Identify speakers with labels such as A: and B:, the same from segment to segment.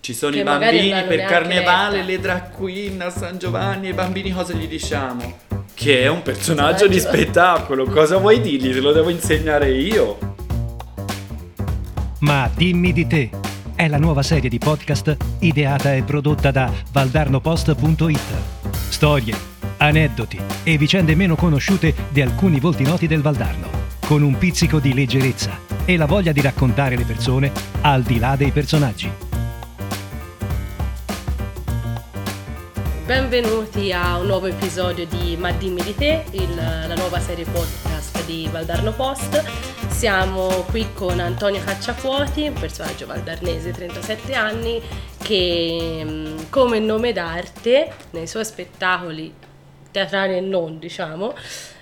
A: Ci sono
B: Che
A: i
B: magari non
A: bambini
B: l'hanno
A: per
B: neanche
A: carnevale,
B: letta.
A: le drag queen a San Giovanni, ai bambini cosa gli diciamo? Che è un personaggio di spettacolo, cosa vuoi dirgli? Te lo devo insegnare io?
C: Ma dimmi di te, è la nuova serie di podcast ideata e prodotta da valdarnopost.it. Storie, aneddoti e vicende meno conosciute di alcuni volti noti del Valdarno, con un pizzico di leggerezza e la voglia di raccontare le persone al di là dei personaggi.
B: Benvenuti a un nuovo episodio di Ma dimmi di te, la nuova serie podcast di Valdarno Post. Siamo qui con Antonio Cacciacuoti, un personaggio valdarnese, 37 anni, che come nome d'arte nei suoi spettacoli teatrali e non, diciamo,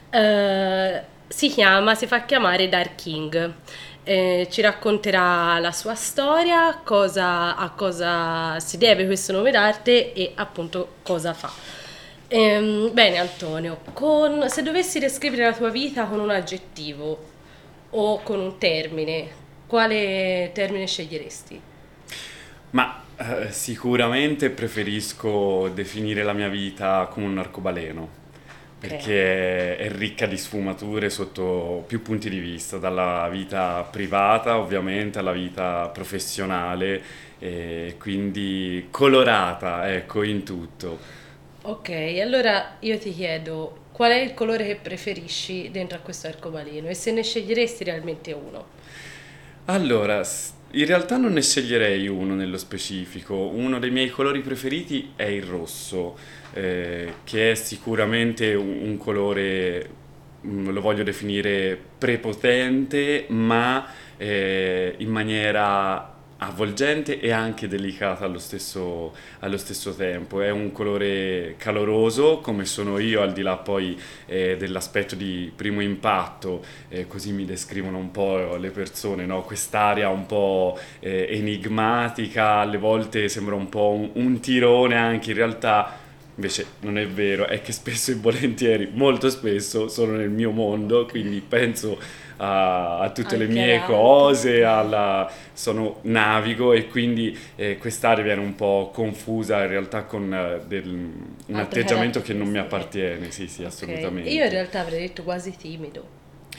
B: si fa chiamare Dark King. Ci racconterà la sua storia, a cosa si deve questo nome d'arte e appunto cosa fa. Bene Antonio, se dovessi descrivere la tua vita con un aggettivo o con un termine, quale termine sceglieresti?
A: Ma sicuramente preferisco definire la mia vita come un arcobaleno, perché è ricca di sfumature sotto più punti di vista, dalla vita privata ovviamente alla vita professionale, e quindi colorata, ecco, in tutto.
B: Ok, allora io ti chiedo qual è il colore che preferisci dentro a questo arcobaleno e se ne sceglieresti realmente uno.
A: Allora, in realtà non ne sceglierei uno nello specifico. Uno dei miei colori preferiti è il rosso, che è sicuramente un colore, lo voglio definire prepotente, ma in maniera avvolgente e anche delicata allo stesso tempo. È un colore caloroso, come sono io, al di là poi dell'aspetto di primo impatto, così mi descrivono un po' le persone, no? Quest'aria un po' enigmatica, alle volte sembra un po' un tirone anche, in realtà invece non è vero, è che spesso e volentieri, molto spesso, sono nel mio mondo, quindi penso a tutte le
B: Anche ad
A: mie
B: altri.
A: cose, navigo, e quindi quest'area viene un po' confusa in realtà con un
B: Altre
A: atteggiamento che non mi
B: caratteristiche.
A: appartiene, sì, sì,
B: Ok, io in
A: assolutamente.
B: realtà avrei detto quasi timido.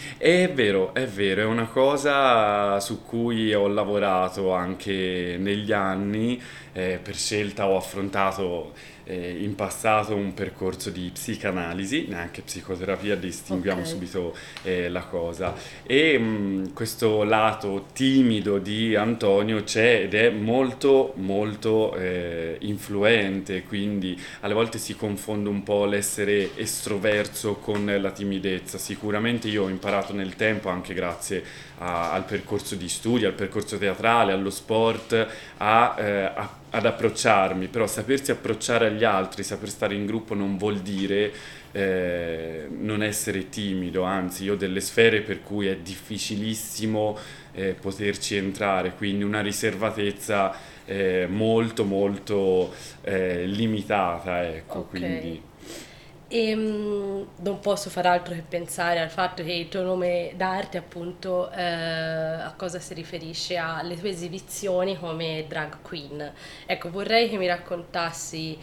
A: È vero, è una cosa su cui ho lavorato anche negli anni, per scelta ho affrontato in passato un percorso di psicanalisi, neanche psicoterapia,
B: Ok,
A: distinguiamo subito la cosa. E questo lato timido di Antonio c'è ed è molto molto influente, quindi alle volte si confonde un po' l'essere estroverso con la timidezza. Sicuramente io ho imparato nel tempo, anche grazie al percorso di studio, al percorso teatrale, allo sport, ad approcciarmi, però sapersi approcciare agli altri, saper stare in gruppo non vuol dire non essere timido, anzi io ho delle sfere per cui è difficilissimo poterci entrare, quindi una riservatezza molto molto limitata, ecco,
B: ok.
A: quindi
B: Non posso far altro che pensare al fatto che il tuo nome d'arte, appunto, a cosa si riferisce alle tue esibizioni come drag queen. Ecco, vorrei che mi raccontassi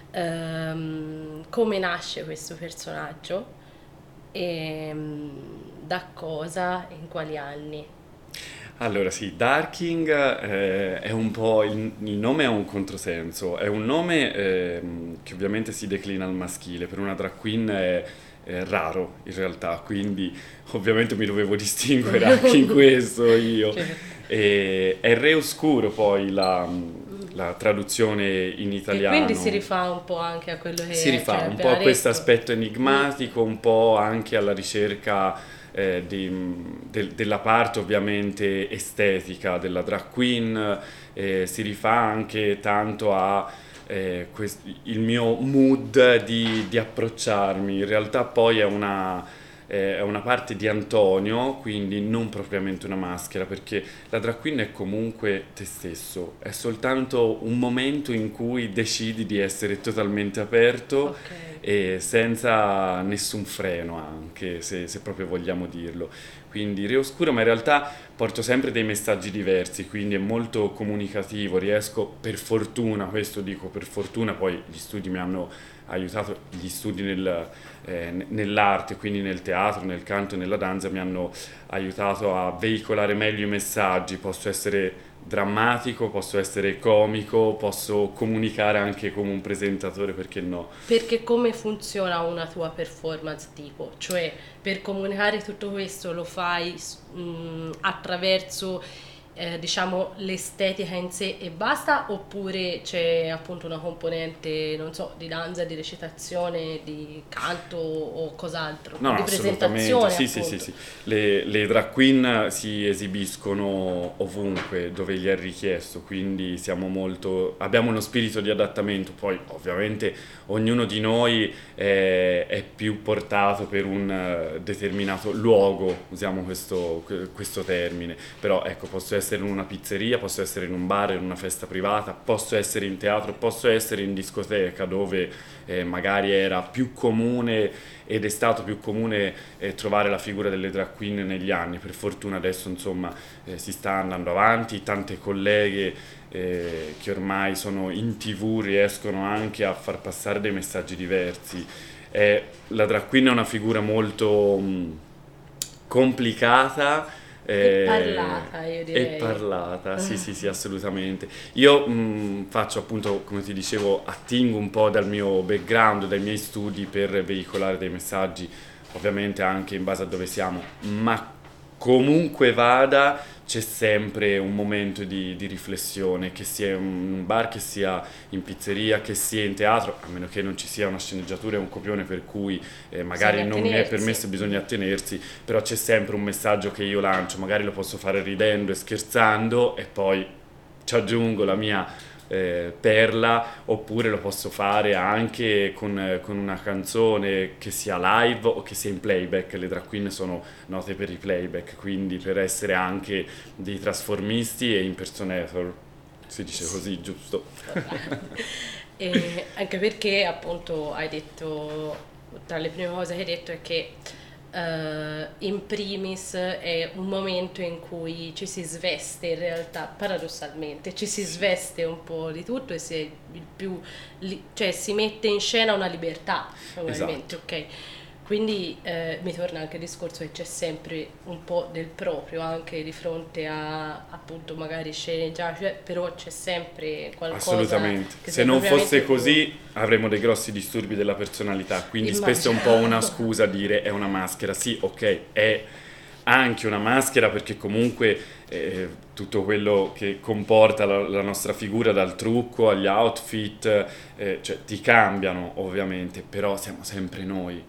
B: come nasce questo personaggio e da cosa, in quali anni.
A: allora sì, Darking è un po', il nome ha un controsenso, è un nome che ovviamente si declina al maschile, per una drag queen è raro in realtà, quindi ovviamente mi dovevo distinguere anche in questo io.
B: Certo.
A: E, è Re Oscuro poi la traduzione in
B: Che quindi si
A: italiano.
B: rifà un po' anche a quello
A: Si
B: che
A: rifà
B: cioè, hai
A: un po'
B: appena
A: a questo
B: detto.
A: aspetto
B: Mm.
A: enigmatico, un po' anche alla ricerca della parte ovviamente estetica della drag queen, si rifà anche tanto a il mio mood di approcciarmi. In realtà poi è una parte di Antonio, quindi non propriamente una maschera, perché la drag queen è comunque te stesso, è soltanto un momento in cui decidi di essere totalmente aperto
B: Ok.
A: e senza nessun freno anche, se proprio vogliamo dirlo. Quindi Re Oscuro, ma in realtà porto sempre dei messaggi diversi, quindi è molto comunicativo, riesco per fortuna, questo dico per fortuna, poi gli studi mi hanno aiutato, gli studi nell'arte, quindi nel teatro, nel canto e nella danza mi hanno aiutato a veicolare meglio i messaggi, posso essere drammatico, posso essere comico, posso comunicare anche come un presentatore, perché no?
B: Perché come funziona una tua performance tipo? Cioè, per comunicare tutto questo lo fai attraverso, diciamo, l'estetica in sé e basta, oppure c'è appunto una componente, non so, di danza, di recitazione, di canto o cos'altro,
A: No,
B: di
A: no, assolutamente,
B: presentazione,
A: sì, sì, sì,
B: appunto.
A: sì. Le drag queen si esibiscono ovunque dove gli è richiesto, quindi abbiamo uno spirito di adattamento, poi ovviamente ognuno di noi è più portato per un determinato luogo, usiamo questo termine, però ecco, posso essere in una pizzeria, posso essere in un bar, in una festa privata, posso essere in teatro, posso essere in discoteca dove magari era più comune ed è stato più comune trovare la figura delle drag queen negli anni. Per fortuna adesso insomma si sta andando avanti, tante colleghe che ormai sono in TV riescono anche a far passare dei messaggi diversi. La drag queen è una figura molto complicata
B: E parlata, io
A: e
B: direi.
A: parlata, sì, sì, sì, assolutamente. Io faccio appunto, come ti dicevo, attingo un po' dal mio background, dai miei studi per veicolare dei messaggi, ovviamente anche in base a dove siamo, ma comunque vada, c'è sempre un momento di riflessione, che sia in un bar, che sia in pizzeria, che sia in teatro, a meno che non ci sia una sceneggiatura e un copione per cui magari
B: Bisogna
A: non mi è
B: attenersi.
A: permesso, bisogna attenersi, però c'è sempre un messaggio che io lancio, magari lo posso fare ridendo e scherzando e poi ci aggiungo la mia perla, oppure lo posso fare anche con una canzone che sia live o che sia in playback. Le drag queen sono note per i playback, quindi per essere anche dei trasformisti e impersonator, si dice così, giusto?
B: E anche perché appunto hai detto, tra le prime cose che hai detto è che in primis è un momento in cui ci si sveste, in realtà paradossalmente ci si sveste un po' di tutto e si è il più cioè si mette in scena una libertà probabilmente,
A: Esatto.
B: ok? Quindi mi torna anche il discorso che c'è sempre un po' del proprio anche di fronte a appunto magari sceneggiate, cioè, però c'è sempre qualcosa
A: Assolutamente.
B: che
A: Se
B: sia
A: non
B: propriamente
A: fosse
B: tuo.
A: così avremmo dei grossi disturbi della personalità, quindi
B: Immagino.
A: spesso è un po' una scusa dire è una maschera. Sì, ok, è anche una maschera perché comunque tutto quello che comporta la nostra figura, dal trucco agli outfit, cioè ti cambiano ovviamente, però siamo sempre noi.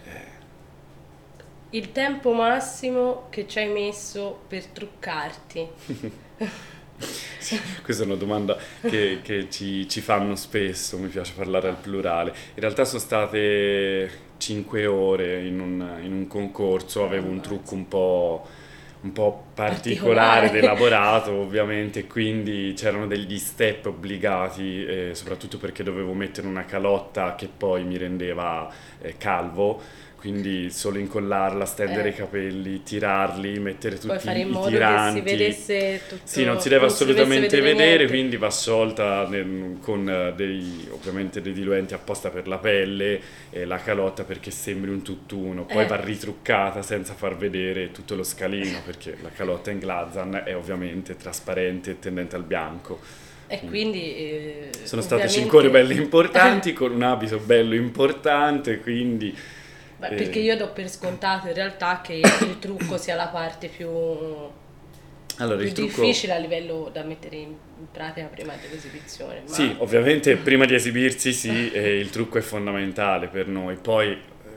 B: Il tempo massimo che ci hai messo per truccarti?
A: Questa è una domanda che ci fanno spesso, mi piace parlare al plurale. In realtà sono state 5 ore in un concorso, avevo un trucco un po' particolare ed elaborato ovviamente, quindi c'erano degli step obbligati, soprattutto perché dovevo mettere una calotta che poi mi rendeva calvo. Quindi solo incollarla, stendere i capelli, tirarli, mettere
B: Poi
A: tutti
B: fare in
A: i
B: modo
A: tiranti.
B: che si vedesse tutto.
A: Sì, non si deve
B: non si dovesse
A: assolutamente vedere,
B: niente.
A: quindi va sciolta con ovviamente dei diluenti apposta per la pelle e la calotta perché sembri un tutt'uno. Poi va ritruccata senza far vedere tutto lo scalino perché la calotta in glazan è ovviamente trasparente e tendente al bianco.
B: E quindi
A: Sono state
B: ovviamente-
A: 5 ore belle importanti con un abito bello importante, quindi...
B: Beh, perché io do per scontato in realtà che il trucco sia la parte più
A: Allora, il trucco...
B: difficile a livello da mettere in pratica prima dell'esibizione. Ma...
A: Sì, ovviamente prima di esibirsi sì, il trucco è fondamentale per noi. Poi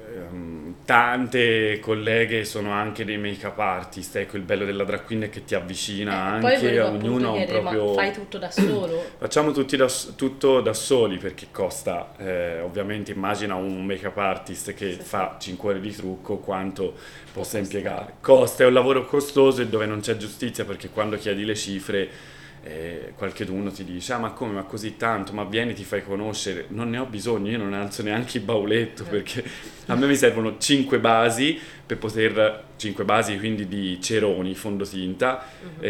A: tante colleghe sono anche dei make-up artist, ecco il bello della drag queen è che ti avvicina
B: poi
A: anche
B: volevo
A: a
B: appunto
A: ognuno a un
B: chiedere,
A: proprio...
B: ma fai tutto da solo?
A: Facciamo tutto da soli perché costa, ovviamente immagina un make-up artist che fa 5 ore di trucco quanto possa impiegare. Costa, è un lavoro costoso e dove non c'è giustizia perché quando chiedi le cifre qualcheduno ti dice ma come, ma così tanto, ma vieni, ti fai conoscere. Non ne ho bisogno, io non alzo neanche il bauletto, perché a me mi servono 5 basi per poter, 5 basi quindi di ceroni, fondotinta,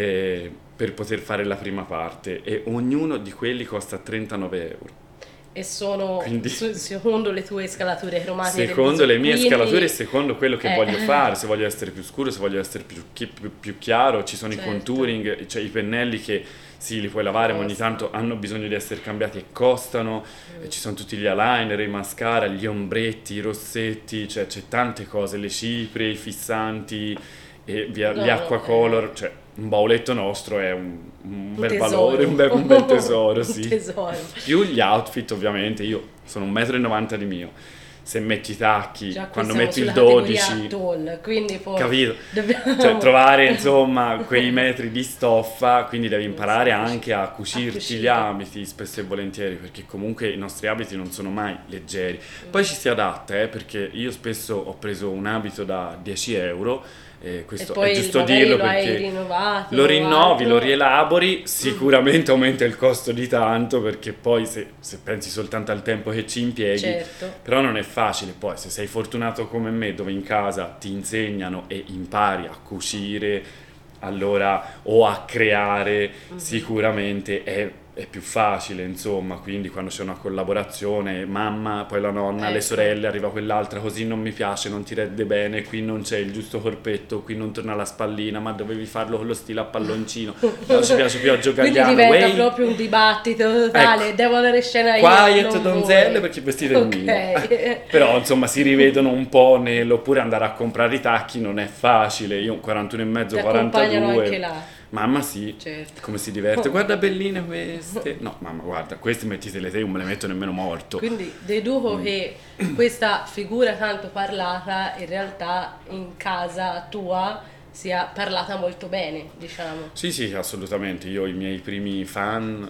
A: per poter fare la prima parte, e ognuno di quelli costa 39 euro.
B: E sono
A: Quindi,
B: secondo le tue scalature cromatiche?
A: Secondo le mie
B: quindi...
A: scalature e secondo quello che voglio fare, se voglio essere più scuro, se voglio essere più chiaro, ci sono i contouring, cioè i pennelli che sì, li puoi lavare, ma ogni tanto hanno bisogno di essere cambiati e costano, e ci sono tutti gli eyeliner, i mascara, gli ombretti, i rossetti, cioè c'è tante cose, le ciprie, i fissanti, e gli acquacolor, cioè un bauletto nostro è un bel
B: tesoro.
A: valore, un bel tesoro, sì.
B: Un tesoro.
A: Più gli outfit, ovviamente, io sono 1,90 m di mio, se metti i tacchi,
B: già
A: quando metti il
B: sulla
A: 12,
B: tall, quindi poi
A: capito?
B: dobbiamo...
A: Cioè trovare insomma quei metri di stoffa, quindi devi imparare anche a cucirti gli abiti spesso e volentieri, perché comunque i nostri abiti non sono mai leggeri. Poi ci si adatta, perché io spesso ho preso un abito da 10 euro, questo
B: e poi
A: è giusto dirlo, perché lo rinnovi, lo rielabori, sicuramente aumenta il costo di tanto, perché poi se pensi soltanto al tempo che ci impieghi,
B: certo.
A: Però non è facile. Poi se sei fortunato come me, dove in casa ti insegnano e impari a cucire, allora, o a creare, sicuramente è più facile, insomma. Quindi quando c'è una collaborazione, mamma, poi la nonna, le sorelle, arriva quell'altra, così non mi piace, non ti rende bene, qui non c'è il giusto corpetto, qui non torna la spallina, ma dovevi farlo con lo stile a palloncino, non ci piace più a giocagliano.
B: Quindi diventa proprio un dibattito totale, devo andare in scena io,
A: quiet donzelle, perché il vestito è mio. Però insomma si rivedono un po' oppure andare a comprare i tacchi non è facile. Io 41,5, 42.
B: Anche là.
A: Mamma sì,
B: certo.
A: Come si diverte, guarda belline queste. No mamma, guarda, queste mettitele te, non me le metto nemmeno morto.
B: Quindi deduco che questa figura tanto parlata in realtà in casa tua sia parlata molto bene, diciamo.
A: Sì, assolutamente. Io i miei primi fans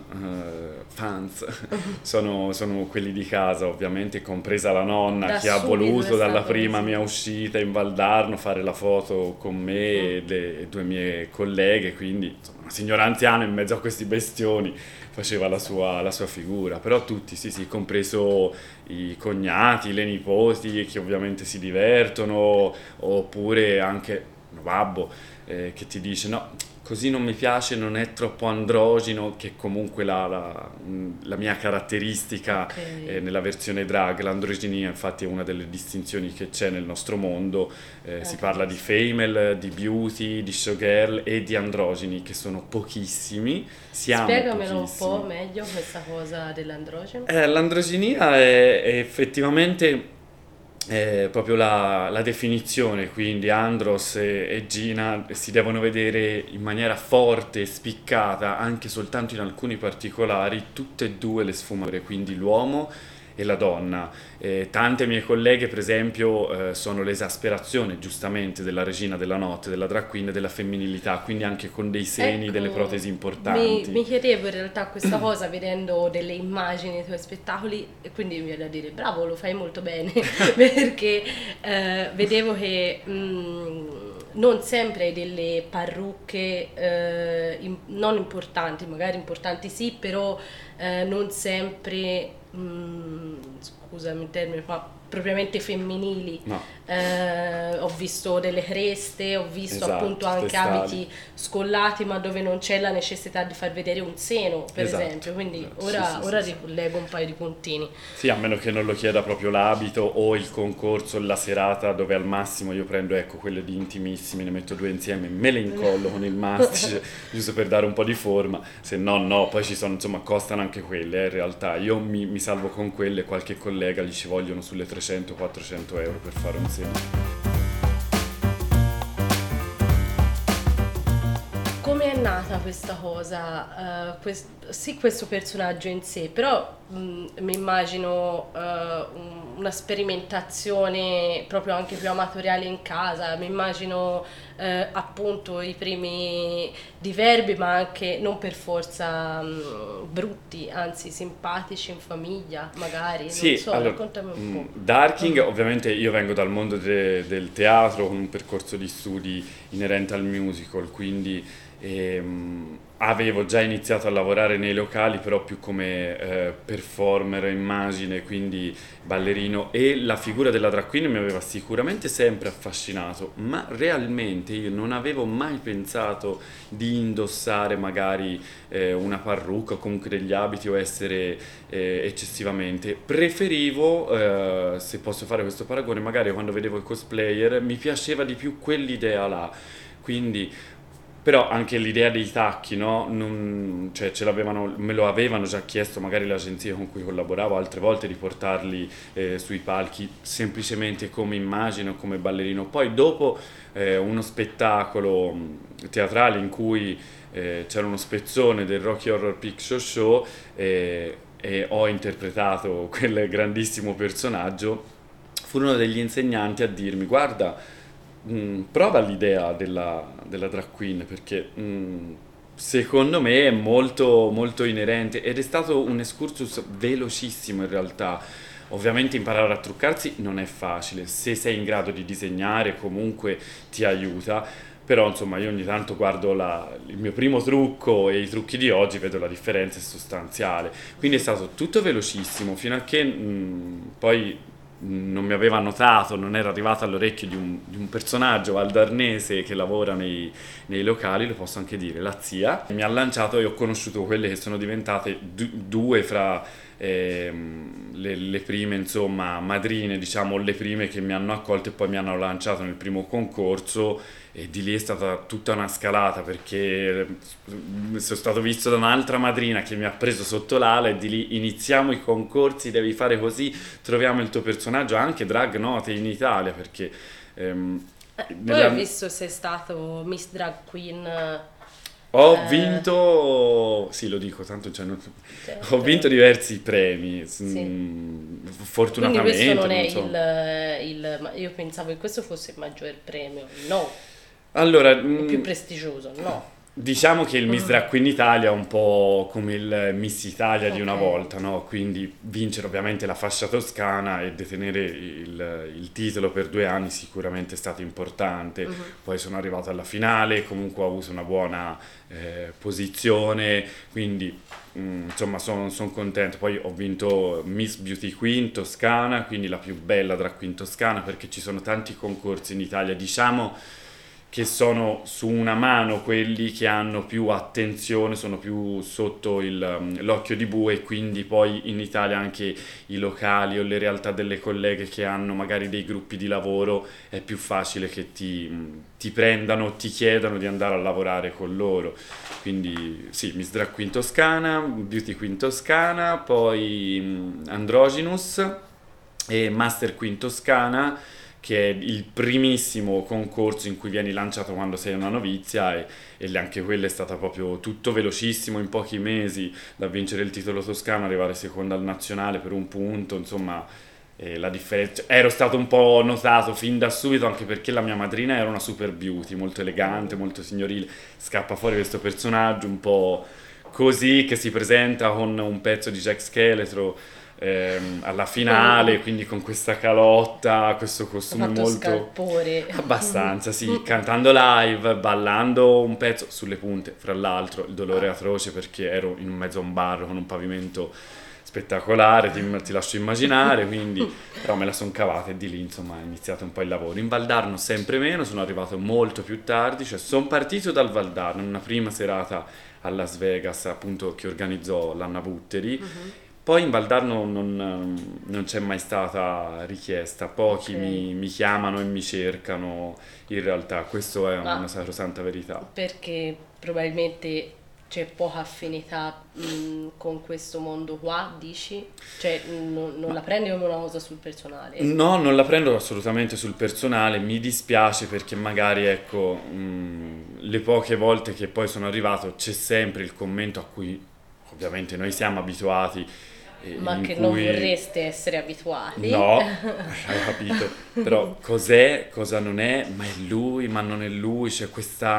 A: sono quelli di casa, ovviamente, compresa la nonna, che ha voluto dalla prima mia uscita in Valdarno fare la foto con me e le 2 mie colleghe, quindi insomma, una signora anziana in mezzo a questi bestioni faceva la sua figura. Però tutti, sì, compreso i cognati, le nipoti, che ovviamente si divertono, oppure anche babbo che ti dice no, così non mi piace, non è troppo androgino, che comunque la mia caratteristica nella versione drag. L'androginia infatti è una delle distinzioni che c'è nel nostro mondo, si parla di female, di beauty, di showgirl e di androgini, che sono pochissimi.
B: Spiegamelo un po' meglio questa cosa dell'androgeno.
A: L'androginia è effettivamente proprio la definizione, quindi Andros e Gina si devono vedere in maniera forte e spiccata, anche soltanto in alcuni particolari, tutte e 2 le sfumature, quindi l'uomo e la donna. Tante mie colleghe, per esempio, sono l'esasperazione giustamente della regina della notte, della drag queen, della femminilità, quindi anche con dei seni, delle protesi importanti.
B: Mi chiedevo in realtà questa cosa vedendo delle immagini dei tuoi spettacoli, e quindi mi viene da dire bravo, lo fai molto bene, perché vedevo che non sempre hai delle parrucche non importanti, magari importanti sì, però non sempre, scusami il termine, ma propriamente femminili.
A: No.
B: Ho visto delle creste, ho visto
A: Esatto,
B: appunto anche abiti scollati, ma dove non c'è la necessità di far vedere un seno, per esempio, quindi ora ricollego un paio di puntini.
A: Sì, a meno che non lo chieda proprio l'abito o il concorso, la serata, dove al massimo io prendo, ecco, quelle di intimissimi, ne metto 2 insieme, me le incollo con il mastice giusto per dare un po' di forma, se no, poi ci sono, insomma, costano anche quelle, in realtà io mi salvo con quelle, qualche collega gli ci vogliono sulle 300-400 euro per fare un seno.
B: Come è nata questa cosa? Questo personaggio in sé, però mi immagino una sperimentazione proprio anche più amatoriale in casa, mi immagino appunto i primi diverbi, ma anche non per forza brutti, anzi simpatici in famiglia magari,
A: sì,
B: non so,
A: allora,
B: raccontami un po'.
A: Darking, ovviamente io vengo dal mondo del teatro con un percorso di studi inerente al musical, quindi avevo già iniziato a lavorare nei locali, però più come performer, immagine, quindi ballerino, e la figura della drag queen mi aveva sicuramente sempre affascinato, ma realmente io non avevo mai pensato di indossare magari una parrucca o comunque degli abiti o essere eccessivamente. Preferivo, se posso fare questo paragone, magari quando vedevo i cosplayer mi piaceva di più quell'idea là. Quindi però anche l'idea dei tacchi, no? Cioè, me lo avevano già chiesto magari le agenzie con cui collaboravo altre volte di portarli sui palchi semplicemente come immagine o come ballerino. Poi dopo uno spettacolo teatrale in cui c'era uno spezzone del Rocky Horror Picture Show e ho interpretato quel grandissimo personaggio, furono degli insegnanti a dirmi: guarda, prova l'idea della drag queen perché secondo me è molto, molto inerente, ed è stato un excursus velocissimo in realtà. Ovviamente imparare a truccarsi non è facile, se sei in grado di disegnare comunque ti aiuta, però insomma io ogni tanto guardo il mio primo trucco e i trucchi di oggi, vedo la differenza è sostanziale, quindi è stato tutto velocissimo fino a che poi non mi aveva notato, non era arrivato all'orecchio di un personaggio valdarnese che lavora nei locali, lo posso anche dire, la zia, mi ha lanciato e ho conosciuto quelle che sono diventate due fra le prime, insomma, madrine, diciamo, le prime che mi hanno accolto e poi mi hanno lanciato nel primo concorso, e di lì è stata tutta una scalata perché sono stato visto da un'altra madrina che mi ha preso sotto l'ala, e di lì iniziamo i concorsi, devi fare così, troviamo il tuo personaggio, anche drag note in Italia perché
B: Poi ho visto sei stato Miss Drag Queen.
A: Ho vinto, sì lo dico, tanto
B: Certo.
A: ho vinto diversi premi,
B: Sì.
A: fortunatamente.
B: Quindi questo non è
A: non so.
B: ma io pensavo che questo fosse il maggior premio, no,
A: Allora,
B: il più prestigioso, no.
A: diciamo che il Miss Drag Queen Italia è un po' come il Miss Italia di una
B: Ok.
A: volta, no? Quindi vincere ovviamente la fascia toscana e detenere il titolo per 2 anni sicuramente è stato importante. Poi sono arrivato alla finale, comunque ho avuto una buona posizione, quindi insomma sono contento. Poi ho vinto Miss Beauty Queen Toscana, quindi la più bella drag queen toscana, perché ci sono tanti concorsi in Italia, diciamo che sono su una mano quelli che hanno più attenzione, sono più sotto l'occhio di bue, e quindi poi in Italia anche i locali o le realtà delle colleghe che hanno magari dei gruppi di lavoro è più facile che ti prendano, ti chiedano di andare a lavorare con loro. Quindi sì, Miss Drag Queen Toscana, Beauty Queen Toscana, poi Androgynous e Master Queen Toscana, che è il primissimo concorso in cui vieni lanciato quando sei una novizia, e anche quello è stato proprio tutto velocissimo, in pochi mesi da vincere il titolo toscano, arrivare seconda al nazionale per un punto, insomma la differenza. Ero stato un po' notato fin da subito, anche perché la mia madrina era una super beauty, molto elegante, molto signorile, scappa fuori questo personaggio un po' così, che si presenta con un pezzo di Jack Scheletro alla finale, quindi con questa calotta, questo
B: Ho
A: costume
B: fatto
A: molto
B: scalpore.
A: abbastanza, sì, cantando live, ballando un pezzo sulle punte, fra l'altro il dolore atroce perché ero in mezzo a un bar con un pavimento spettacolare, ti lascio immaginare, quindi però me la son cavata, e di lì insomma è iniziato un po' il lavoro. In Valdarno sempre meno, sono arrivato molto più tardi, cioè sono partito dal Valdarno in una prima serata a Las Vegas, appunto, che organizzò l'Anna Butteri. Poi in Valdarno non c'è mai stata richiesta, pochi
B: Ok.
A: mi chiamano e mi cercano, in realtà questo è
B: Ma
A: una sacrosanta verità.
B: perché probabilmente c'è poca affinità con questo mondo qua, dici? Cioè non la prendi come una cosa sul personale?
A: No, non la prendo assolutamente sul personale, mi dispiace perché magari, ecco, le poche volte che poi sono arrivato c'è sempre il commento a cui ovviamente noi siamo abituati,
B: Ma
A: in
B: che non
A: cui
B: vorreste essere abituati?
A: no, hai capito, però cos'è, cosa non è, ma è lui, ma non è lui, c'è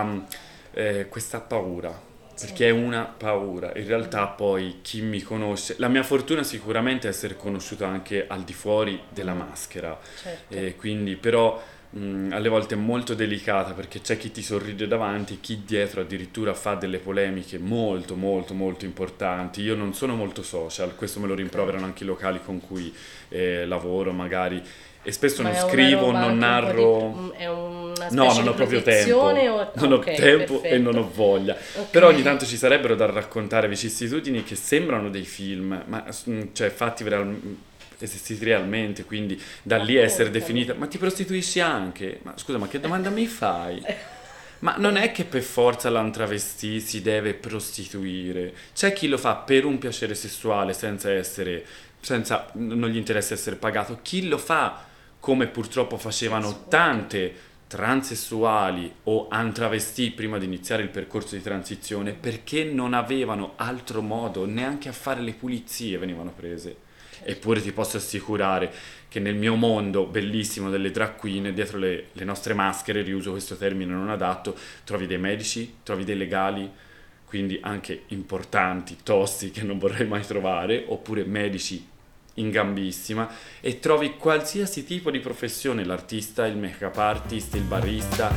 A: questa paura, perché è una paura. In realtà poi chi mi conosce, la mia fortuna sicuramente è essere conosciuto anche al di fuori della maschera,
B: Certo.
A: quindi però alle volte molto delicata, perché c'è chi ti sorride davanti e chi dietro addirittura fa delle polemiche molto molto molto importanti. Io non sono molto social, questo me lo rimproverano anche i locali con cui lavoro magari, e spesso
B: Ma
A: non
B: è una
A: scrivo,
B: roba
A: non
B: anche
A: narro.
B: un po' è una specie
A: No, non
B: di
A: ho proprio tempo,
B: protezione o...
A: non ho
B: Ok,
A: tempo e
B: perfetto.
A: non ho voglia.
B: Ok.
A: Però ogni tanto ci sarebbero da raccontare vicissitudini che sembrano dei film, ma cioè esistiti realmente, quindi da lì a essere
B: Raccontami.
A: definita, ma ti prostituisci anche? Ma scusa, ma che domanda mi fai? Ma non è che per forza l'antravestì si deve prostituire. C'è chi lo fa per un piacere sessuale non gli interessa essere pagato. Chi lo fa, come purtroppo facevano tante transessuali o antravestì prima di iniziare il percorso di transizione, perché non avevano altro modo, neanche a fare le pulizie venivano prese. Eppure ti posso assicurare che nel mio mondo bellissimo delle drag queen, dietro le nostre maschere, riuso questo termine non adatto, trovi dei medici, trovi dei legali, quindi anche importanti, tosti, che non vorrei mai trovare, oppure medici in gambissima, e trovi qualsiasi tipo di professione, l'artista, il make-up artist, il barista,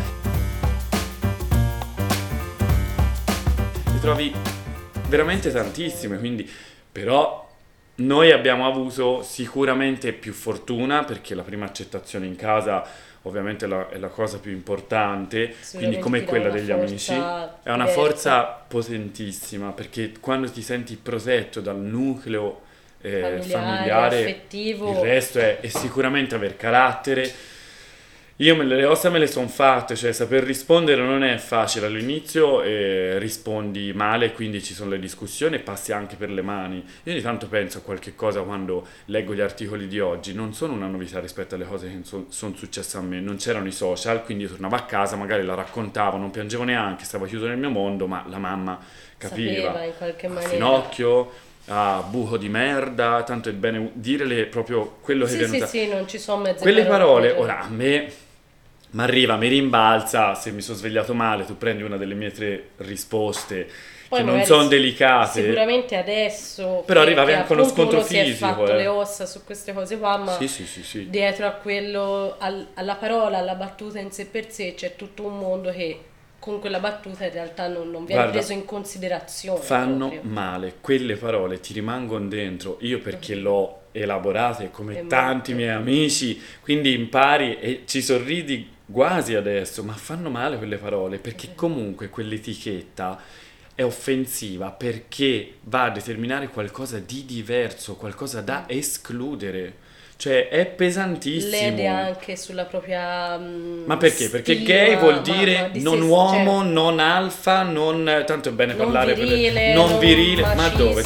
A: ne trovi veramente tantissime, quindi però noi abbiamo avuto sicuramente più fortuna, perché la prima accettazione in casa ovviamente è la cosa più importante, quindi
B: Sicuramente
A: come
B: ti dà
A: quella
B: una
A: degli amici,
B: forza
A: è una
B: diversa.
A: forza potentissima, perché quando ti senti protetto dal nucleo familiare,
B: affettivo.
A: il resto è sicuramente aver carattere. Io le ossa me le sono fatte, cioè saper rispondere non è facile all'inizio, rispondi male, quindi ci sono le discussioni e passi anche per le mani. Io ogni tanto penso a qualche cosa quando leggo gli articoli di oggi, non sono una novità rispetto alle cose che sono successe a me, non c'erano i social, quindi io tornavo a casa, magari la raccontavo, non piangevo neanche, stavo chiuso nel mio mondo, ma la mamma capiva.
B: Sapeva in qualche
A: A
B: maniera.
A: finocchio, a buco di merda, tanto è bene dirle proprio quello che è
B: Sì, sì,
A: venuta.
B: sì, non ci sono mezze
A: Quelle parole,
B: per-
A: ora a me mi arriva, mi rimbalza, se mi sono svegliato male, tu prendi una delle mie 3 risposte
B: Poi
A: che non
B: magari
A: sono delicate.
B: Sicuramente adesso
A: Però
B: che-
A: arriva
B: che
A: anche uno
B: appunto
A: scontro
B: uno si è
A: fisico,
B: fatto le ossa su queste cose qua, ma
A: Sì, sì, sì, sì.
B: dietro a quello, alla parola, alla battuta in sé per sé c'è tutto un mondo che con quella battuta in realtà non viene
A: Guarda,
B: preso in considerazione
A: fanno
B: proprio.
A: male, quelle parole ti rimangono dentro, io perché l'ho elaborate come
B: È
A: tanti
B: molto.
A: miei amici, quindi impari e ci sorridi quasi adesso, ma fanno male quelle parole, perché comunque quell'etichetta è offensiva, perché va a determinare qualcosa di diverso, qualcosa da escludere, cioè è pesantissimo.
B: Lede anche sulla propria
A: Ma perché? Perché
B: stima,
A: gay vuol
B: ma
A: dire
B: di
A: non
B: sé-
A: uomo,
B: cioè,
A: non alfa, non... tanto è bene
B: non
A: parlare
B: virile,
A: non
B: non
A: virile, ma
B: macista.
A: dove?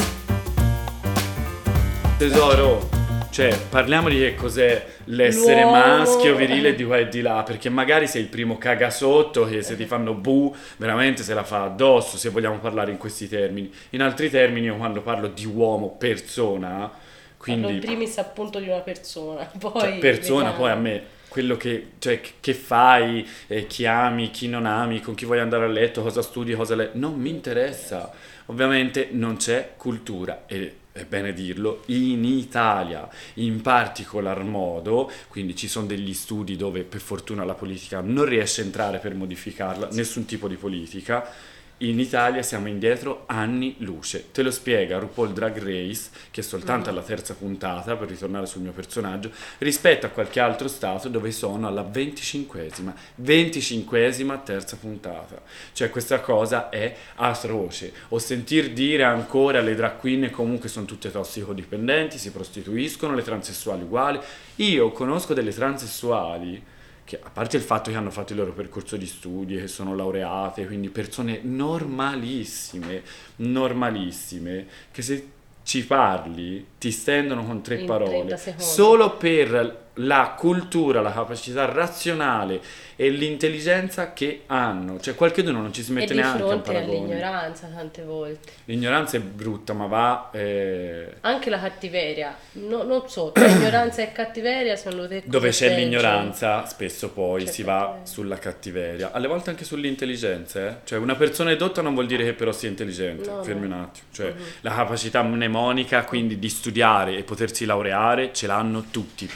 A: Tesoro, cioè parliamo di che cos'è l'essere
B: L'uomo.
A: maschio, virile di qua e di là, perché magari sei il primo cagasotto che se ti fanno bu, veramente se la fa addosso, se vogliamo parlare in questi termini. In altri termini, io quando parlo di uomo, persona,
B: Parlo in
A: quindi...
B: primis appunto di una persona, poi
A: Cioè, persona,
B: vediamo.
A: poi a me quello che fai, chi ami, chi non ami, con chi vuoi andare a letto, cosa studi, non mi interessa. Ovviamente non c'è cultura, e è bene dirlo, in Italia in particolar modo, quindi ci sono degli studi dove per fortuna la politica non riesce a entrare per modificarla, nessun tipo di politica. In Italia siamo indietro anni luce. Te lo spiega RuPaul Drag Race, che è soltanto alla 3ª puntata, per ritornare sul mio personaggio, rispetto a qualche altro stato dove sono alla 25esima 3ª puntata. Cioè questa cosa è atroce. O sentir dire ancora le drag queen comunque sono tutte tossicodipendenti, si prostituiscono, le transessuali uguali. Io conosco delle transessuali che, a parte il fatto che hanno fatto il loro percorso di studi, che sono laureate, quindi persone normalissime, che se ci parli ti stendono con 3
B: In
A: parole,
B: 30 secondi.
A: solo per la cultura, la capacità razionale e l'intelligenza che hanno. Cioè qualcuno non ci si
B: E
A: mette
B: di
A: neanche a un
B: fronte
A: paragone.
B: all'ignoranza tante volte.
A: L'ignoranza è brutta, ma va...
B: Anche la cattiveria, non so, tra ignoranza e cattiveria secondo te cosa
A: Dove
B: è
A: c'è
B: peggio?
A: l'ignoranza, spesso poi
B: C'è
A: si va
B: cattiveria.
A: sulla cattiveria, alle volte anche sull'intelligenza, eh? Cioè una persona edotta non vuol dire che però sia intelligente,
B: No,
A: fermi
B: no.
A: un attimo, cioè la capacità mnemonica quindi di studiare e potersi laureare ce l'hanno tutti, perché è una cosa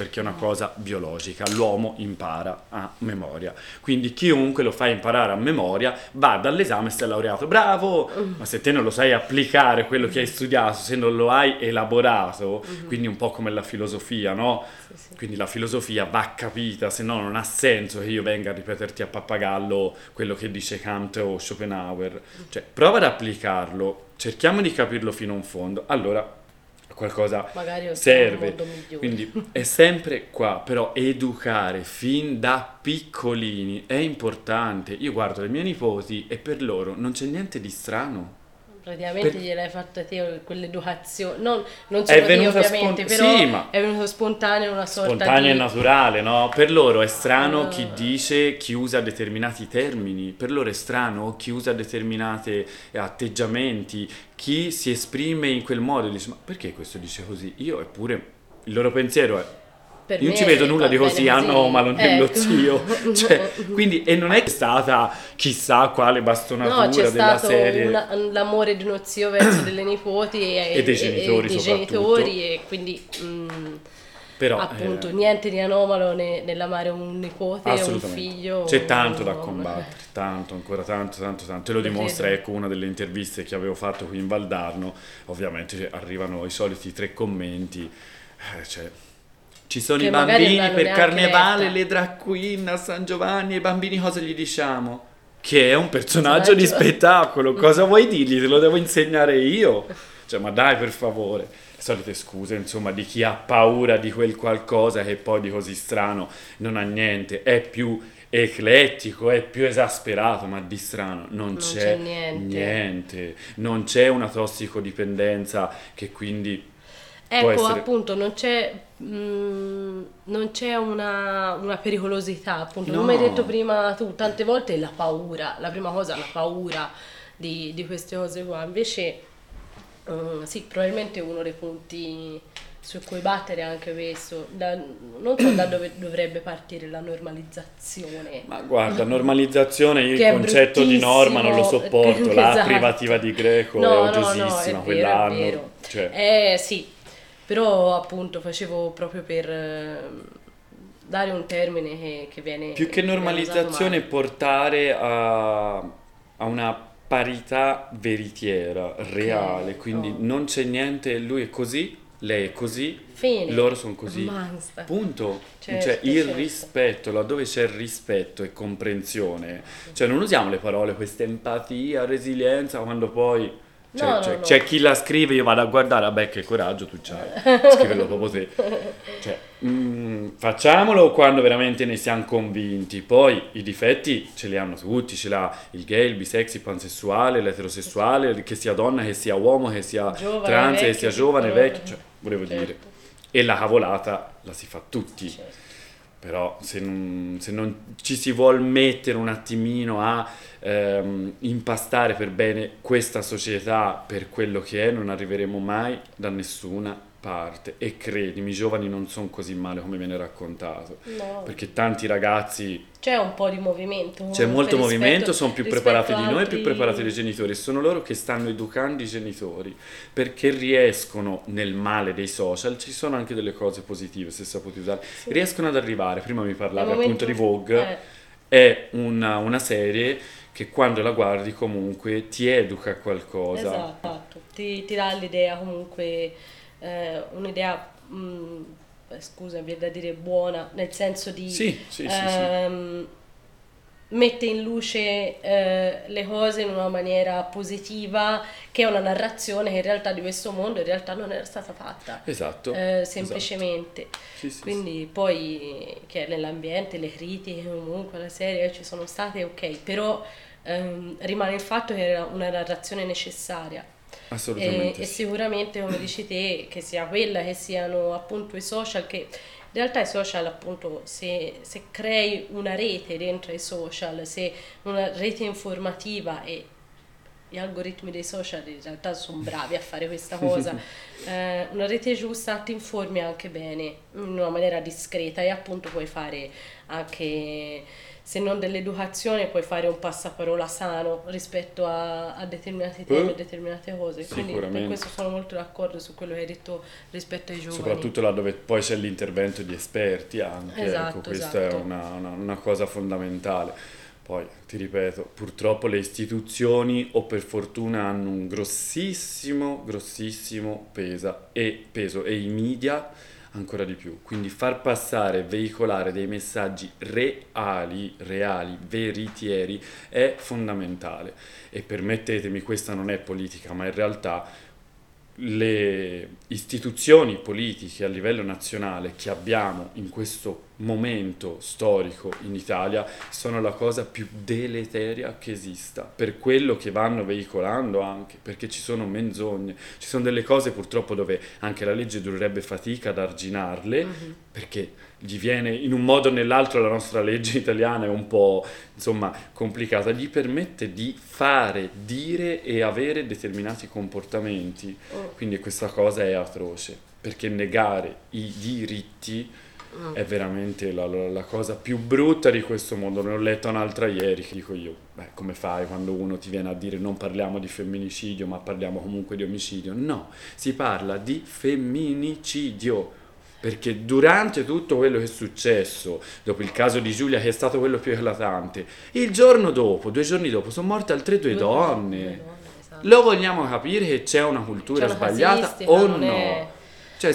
A: cosa biologica, l'uomo impara a memoria, quindi chiunque lo fa imparare a memoria va dall'esame e si è laureato, bravo, ma se te non lo sai applicare quello che hai studiato, se non lo hai elaborato, quindi un po' come la filosofia, no?
B: Sì.
A: Quindi la filosofia va capita, se no non ha senso che io venga a ripeterti a pappagallo quello che dice Kant o Schopenhauer, cioè prova ad applicarlo, cerchiamo di capirlo fino in fondo, allora qualcosa
B: Magari otterremo un
A: serve.
B: mondo migliore.
A: Quindi è sempre qua, però educare fin da piccolini è importante. Io guardo le mie nipoti e per loro non c'è niente di strano.
B: Praticamente
A: Per-
B: gliel'hai fatta te quell'educazione, non
A: È
B: solo te
A: venuta
B: ovviamente, però
A: sì, ma
B: è venuto spontaneo, una sorta
A: spontaneo e
B: di...
A: naturale, no? Per loro è strano
B: Ah.
A: chi dice, chi usa determinati termini, per loro è strano chi usa determinati atteggiamenti, chi si esprime in quel modo e dice, ma perché questo dice così? Io eppure, il loro pensiero è,
B: Per
A: io non
B: me
A: ci vedo nulla
B: va
A: di così,
B: bene
A: ah no,
B: così.
A: ma non è lo
B: Ecco.
A: zio. Cioè, quindi, e non è stata chissà quale
B: No,
A: bastonatura
B: c'è
A: della
B: stato
A: serie.
B: l'amore di uno zio verso delle nipoti
A: E dei genitori
B: dei
A: soprattutto.
B: genitori, e quindi
A: Però,
B: appunto niente di anomalo nell'amare un nipote o un
A: assolutamente.
B: figlio.
A: C'è tanto da
B: no,
A: combattere, tanto, ancora tanto, tanto, tanto. E lo
B: Lo
A: dimostra,
B: credo.
A: ecco, una delle interviste che avevo fatto qui in Valdarno. Ovviamente arrivano i soliti 3 commenti. Cioè, ci sono
B: Che
A: i
B: magari non
A: bambini
B: l'hanno
A: per
B: neanche
A: carnevale,
B: letta.
A: le drag queen a San Giovanni, ai bambini cosa gli diciamo? Che è un personaggio di
B: Personaggio.
A: spettacolo, cosa vuoi dirgli? Te lo devo insegnare io? Cioè, ma dai, per favore. Le solite scuse, insomma, di chi ha paura di quel qualcosa che poi di così strano non ha niente, è più eclettico, è più esasperato, ma di strano non c'è
B: c'è niente.
A: niente. Non c'è una tossicodipendenza che quindi può
B: Ecco,
A: essere...
B: appunto, non c'è una pericolosità, appunto,
A: No.
B: come hai detto prima tu, tante volte la paura, la prima cosa, la paura di queste cose qua, invece sì, probabilmente uno dei punti su cui battere è anche questo, non so da dove dovrebbe partire la normalizzazione.
A: Ma guarda, normalizzazione, io il
B: Che è
A: concetto di norma non lo
B: bruttissimo.
A: sopporto, la
B: Esatto.
A: privativa di Greco è
B: No,
A: odiosissima,
B: è
A: quell'anno.
B: vero.
A: Cioè,
B: Sì, però appunto facevo proprio per dare un termine che viene
A: più che
B: viene usato
A: normalizzazione,
B: male.
A: portare a una parità veritiera, reale, quindi
B: no.
A: non c'è niente, lui è così, lei è così,
B: Fine.
A: loro sono così.
B: Basta.
A: Punto.
B: Certo,
A: Cioè, il
B: certo.
A: rispetto, laddove c'è rispetto e comprensione, cioè non usiamo le parole, questa empatia, resilienza, quando poi
B: No, no.
A: c'è chi la scrive, io vado a guardare, vabbè che coraggio tu c'hai, scriverlo proprio te. Cioè, facciamolo quando veramente ne siamo convinti, poi i difetti ce li hanno tutti, ce l'ha il gay, il bisex, il pansessuale, l'eterosessuale, che sia donna, che sia uomo, che sia
B: Giovane,
A: trans, che
B: vecchio,
A: sia giovane,
B: piccolo.
A: vecchio, cioè, volevo dire.
B: Certo.
A: E la cavolata la si fa tutti.
B: Certo.
A: Però se non ci si vuol mettere un attimino a impastare per bene questa società per quello che è, non arriveremo mai da nessuna parte. E credimi, i giovani non sono così male come viene raccontato.
B: No.
A: Perché tanti ragazzi,
B: C'è un po' di movimento.
A: c'è molto movimento, sono più preparati di noi, più
B: altri-
A: preparati dei genitori. Sono loro che stanno educando i genitori perché riescono, nel male dei social, ci sono anche delle cose positive se saputi usare, riescono ad arrivare. Prima mi parlavi
B: Nel
A: appunto di
B: momento-
A: Vogue, è una serie che quando la guardi comunque ti educa a qualcosa.
B: Esatto, ti dà l'idea comunque, un'idea, scusa, mi viene da dire buona, nel senso di
A: Sì, sì.
B: mette in luce le cose in una maniera positiva, che è una narrazione che in realtà di questo mondo in realtà non era stata fatta.
A: Esatto.
B: Semplicemente.
A: Sì, sì,
B: Quindi poi che nell'ambiente, le critiche comunque alla serie ci sono state, ok, però rimane il fatto che era una narrazione necessaria.
A: Assolutamente
B: E
A: sì.
B: sicuramente, come dici te, che sia quella, che siano appunto i social, che in realtà i social, appunto, se crei una rete dentro ai social, se una rete informativa e gli algoritmi dei social in realtà sono bravi a fare questa cosa. Una rete giusta ti informi anche bene, in una maniera discreta, e appunto puoi fare anche, se non dell'educazione, puoi fare un passaparola sano rispetto a determinati temi, determinate cose. Quindi per questo sono molto d'accordo su quello che hai detto rispetto ai giovani.
A: Soprattutto là dove poi c'è l'intervento di esperti anche,
B: Esatto,
A: ecco, questa è una cosa fondamentale. Poi, ti ripeto, purtroppo le istituzioni, o per fortuna, hanno un grossissimo peso, e i media ancora di più. Quindi far passare, veicolare dei messaggi reali, veritieri, è fondamentale. E permettetemi, questa non è politica, ma in realtà le istituzioni politiche a livello nazionale che abbiamo in questo momento storico in Italia sono la cosa più deleteria che esista, per quello che vanno veicolando, anche perché ci sono menzogne, ci sono delle cose purtroppo dove anche la legge durerebbe fatica ad arginarle, perché gli viene in un modo o nell'altro, la nostra legge italiana è un po', insomma, complicata, gli permette di fare, dire e avere determinati comportamenti. Quindi questa cosa è atroce, perché negare i diritti è veramente la cosa più brutta di questo mondo. Ne ho letta un'altra ieri che dico io, come fai quando uno ti viene a dire non parliamo di femminicidio ma parliamo comunque di omicidio? No, si parla di femminicidio, perché durante tutto quello che è successo, dopo il caso di Giulia, che è stato quello più eclatante, il giorno dopo, 2 giorni dopo, sono morte altre 2 donne.
B: Esatto.
A: Lo vogliamo capire che c'è una cultura sbagliata o no? Cioè,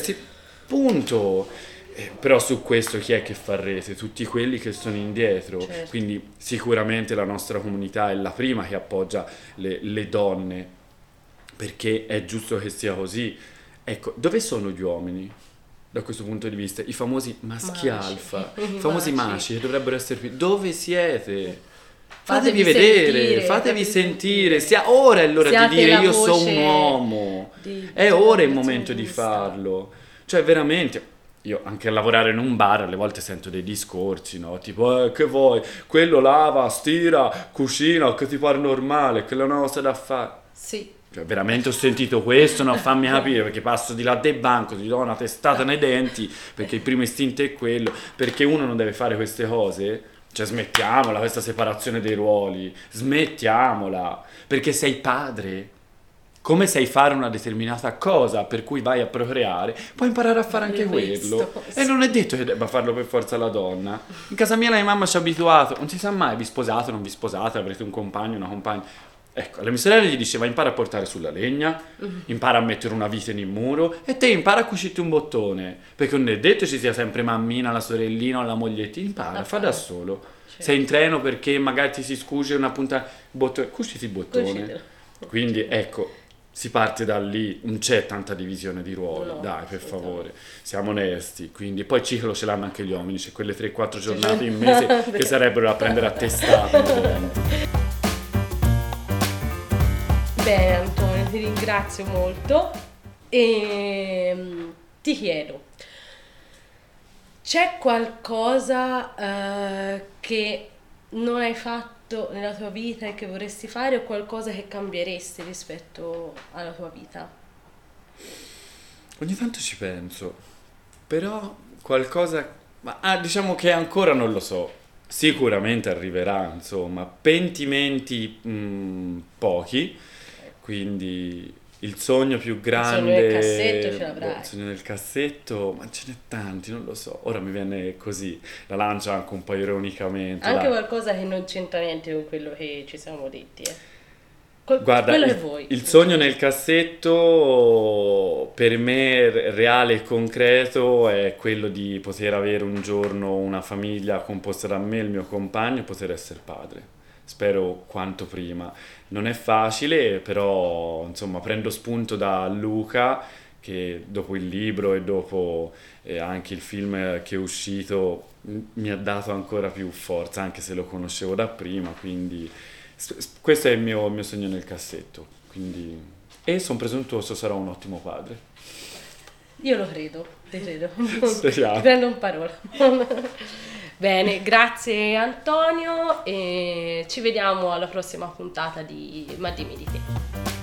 A: punto. Però su questo chi è che fa rete? Tutti quelli che sono indietro.
B: Certo.
A: Quindi sicuramente la nostra comunità è la prima che appoggia le donne, perché è giusto che sia così. Ecco, dove sono gli uomini da questo punto di vista? I famosi maschi alfa, i famosi maci che dovrebbero essere qui. Dove siete? Fatevi vedere, fatevi sentire. Ora è l'ora di dire io sono un uomo. È ora il momento di farlo. Cioè veramente, io anche a lavorare in un bar alle volte sento dei discorsi, no? Tipo, che vuoi? Quello lava, stira, cucina, che ti pare normale, quella è una cosa da fare.
B: Sì.
A: Cioè, veramente ho sentito questo, no? Fammi capire, perché passo di là del banco, ti do una testata nei denti, perché il primo istinto è quello, perché uno non deve fare queste cose. Cioè, smettiamola questa separazione dei ruoli, smettiamola, perché sei padre. Come sai fare una determinata cosa per cui vai a procreare, puoi imparare a fare anche quello. E non è detto che debba farlo per forza la donna. In casa mia la mia mamma ci ha abituato, non si sa mai, vi sposate, non vi sposate, avrete un compagno, una compagna. Ecco, alle mie sorelle gli diceva impara a portare sulla legna, impara a mettere una vite nel muro e te impara a cucirti un bottone, perché non è detto ci sia sempre mammina, la sorellina o la mogliettina, impara, fa da solo. Certo. Sei in treno perché magari ti si scuce una punta bottone, cuciti il bottone. Quindi ecco, si parte da lì, non c'è tanta divisione di ruoli, no, dai, per favore, siamo onesti. Quindi poi il ciclo ce l'hanno anche gli uomini, c'è quelle 3-4 giornate in mese che sarebbero da prendere a testata.
B: Bene Antonio, ti ringrazio molto e ti chiedo, c'è qualcosa che non hai fatto nella tua vita e che vorresti fare, o qualcosa che cambieresti rispetto alla tua vita?
A: Ogni tanto ci penso, però qualcosa, diciamo che ancora non lo so. Sicuramente arriverà, insomma, pentimenti pochi, quindi il sogno più grande...
B: Il sogno del cassetto ce l'avrai.
A: Il sogno del cassetto, ma ce n'è tanti, non lo so, ora mi viene così, la lancio anche un po' ironicamente.
B: Anche qualcosa che non c'entra niente con quello che ci siamo detti,
A: Guarda,
B: quello che vuoi.
A: Il sogno nel cassetto per me reale e concreto è quello di poter avere un giorno una famiglia composta da me e il mio compagno e poter essere padre. Spero quanto prima. Non è facile, però insomma prendo spunto da Luca, che dopo il libro e dopo anche il film che è uscito mi ha dato ancora più forza, anche se lo conoscevo da prima, quindi questo è il mio sogno nel cassetto, quindi, e sono presuntuoso, sarò un ottimo padre.
B: Io lo credo, ti credo.
A: Speriamo.
B: Ti prendo in parola. Bene, grazie Antonio e ci vediamo alla prossima puntata di Ma dimmi di te.